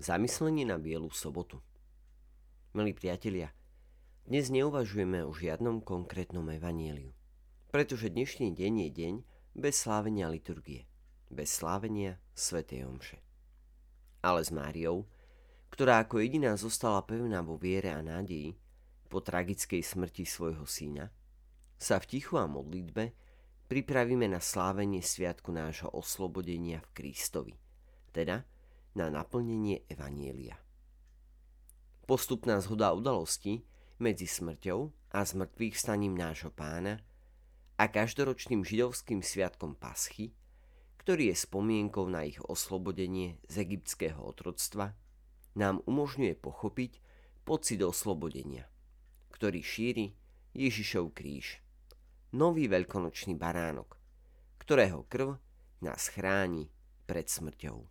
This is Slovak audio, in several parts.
Zamyslenie na Bielu sobotu. Milí priatelia, dnes neuvažujeme o žiadnom konkrétnom evanjeliu, pretože dnešný deň je deň bez slávenia liturgie, bez slávenia svätej omše. Ale s Máriou, ktorá ako jediná zostala pevná vo viere a nádeji po tragickej smrti svojho syna, sa v tichu a modlitbe pripravíme na slávenie sviatku nášho oslobodenia v Kristovi, teda na naplnenie evanjelia. Postupná zhoda udalostí medzi smrťou a zmŕtvychvstaním nášho Pána a každoročným židovským sviatkom Paschy, ktorý je spomienkou na ich oslobodenie z egyptského otroctva, nám umožňuje pochopiť pocit oslobodenia, ktorý šíri Ježišov kríž, nový veľkonočný baránok, ktorého krv nás chráni pred smrťou.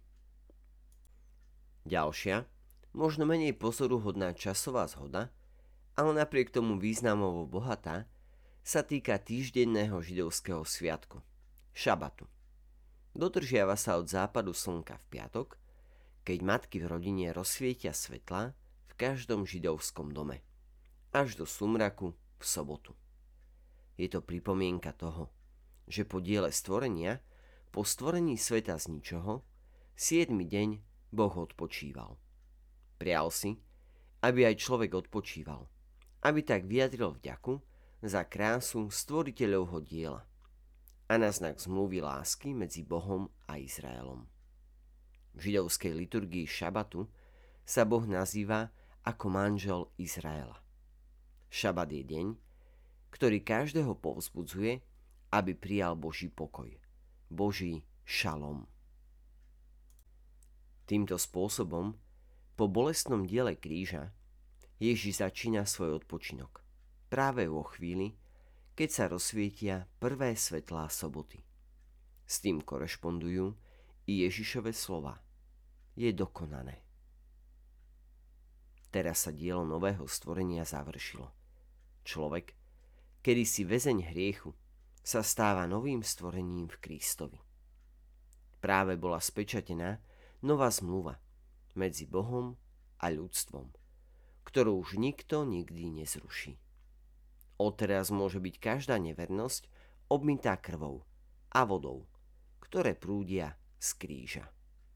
Ďalšia, možno menej pozoruhodná časová zhoda, ale napriek tomu významovo bohatá, sa týka týždenného židovského sviatku, šabatu. Dodržiava sa od západu slnka v piatok, keď matky v rodine rozsvietia svetlá v každom židovskom dome, až do sumraku v sobotu. Je to pripomienka toho, že po diele stvorenia, po stvorení sveta z ničoho, 7. deň Boh odpočíval. Prial si, aby aj človek odpočíval, aby tak vyjadril vďaku za krásu stvoriteľovho diela a na znak zmluvy lásky medzi Bohom a Izraelom. V židovskej liturgii šabatu sa Boh nazýva ako manžel Izraela. Šabat je deň, ktorý každého povzbudzuje, aby prijal Boží pokoj, Boží šalom. Týmto spôsobom, po bolestnom diele kríža, Ježiš začína svoj odpočinok práve vo chvíli, keď sa rozsvietia prvé svetlá soboty. S tým korešpondujú i Ježišove slova. Je dokonané. Teraz sa dielo nového stvorenia završilo. Človek, kedysi väzeň hriechu, sa stáva novým stvorením v Kristovi. Práve bola spečatená nová zmluva medzi Bohom a ľudstvom, ktorú už nikto nikdy nezruší. Odteraz môže byť každá nevernosť obmytá krvou a vodou, ktoré prúdia z kríža.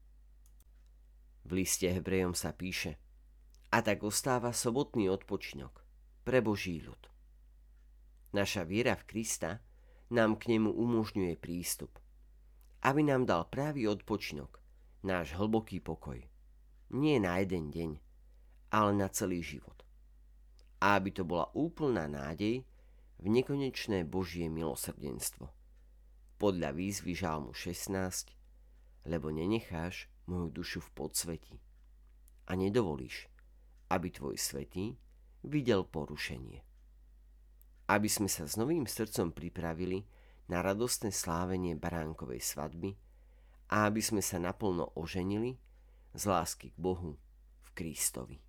V liste Hebrejom sa píše: a tak ostáva sobotný odpočinok pre Boží ľud. Naša viera v Krista nám k nemu umožňuje prístup, aby nám dal pravý odpočinok, náš hlboký pokoj. Nie na jeden deň, ale na celý život. A aby to bola úplná nádej v nekonečné Božie milosrdenstvo. Podľa výzvy Žalmu 16, lebo nenecháš moju dušu v podsvetí a nedovolíš, aby tvoj svätý videl porušenie. Aby sme sa s novým srdcom pripravili na radostné slávenie baránkovej svadby a aby sme sa naplno oženili z lásky k Bohu v Kristovi.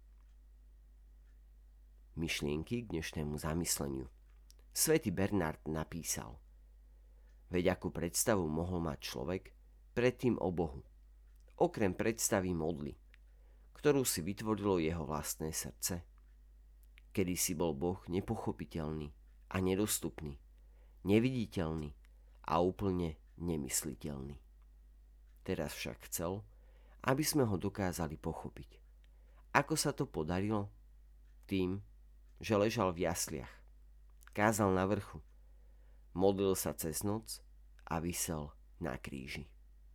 Myšlienky k dnešnému zamysleniu. Svätý Bernard napísal: veď akú predstavu mohol mať človek predtým o Bohu, okrem predstavy modly, ktorú si vytvorilo jeho vlastné srdce. Kedysi bol Boh nepochopiteľný a nedostupný, neviditeľný a úplne nemysliteľný. Teraz však chcel, aby sme ho dokázali pochopiť. Ako sa to podarilo? Tým, že ležal v jasliach, kázal na vrchu, modlil sa cez noc a visel na kríži.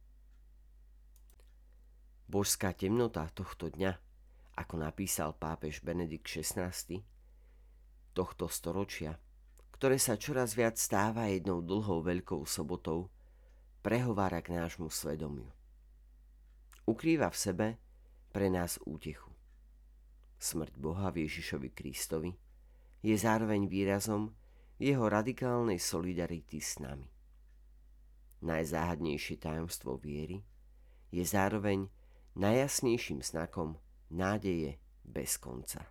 Božská temnota tohto dňa, ako napísal pápež Benedikt XVI, tohto storočia, ktoré sa čoraz viac stáva jednou dlhou veľkou sobotou, prehovára k nášmu svedomiu. Ukrýva v sebe pre nás útechu. Smrť Boha v Ježišovi Kristovi je zároveň výrazom jeho radikálnej solidarity s nami. Najzáhadnejšie tajomstvo viery je zároveň najjasnejším znakom nádeje bez konca.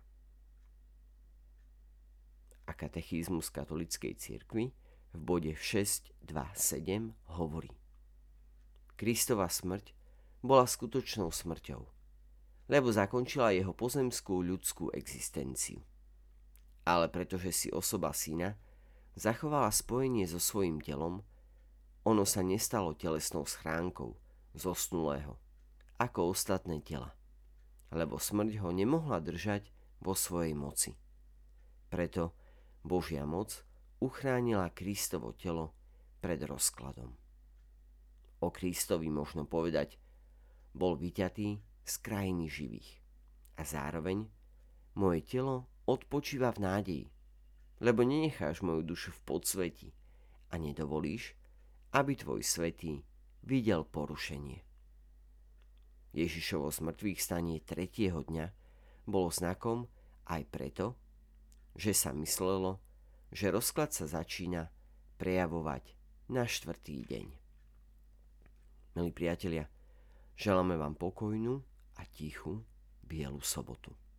A katechizmus katolíckej cirkvi v bode 6.2.7 hovorí: Kristova smrť bola skutočnou smrťou lebo zakončila jeho pozemskú ľudskú existenciu. Ale pretože si osoba syna zachovala spojenie so svojím telom, ono sa nestalo telesnou schránkou zosnulého, ako ostatné tela, lebo smrť ho nemohla držať vo svojej moci. Preto Božia moc uchránila Kristovo telo pred rozkladom. O Kristovi možno povedať, bol vyťatý z krajiny živých. A zároveň moje telo odpočíva v nádeji, lebo nenecháš moju dušu v podsveti a nedovolíš, aby tvoj svätý videl porušenie. Ježišovo zmrtvých stanie 3. dňa bolo znakom aj preto, že sa myslelo, že rozklad sa začína prejavovať na 4. deň. Milí priatelia, želáme vám pokojnú a tichú bielu sobotu.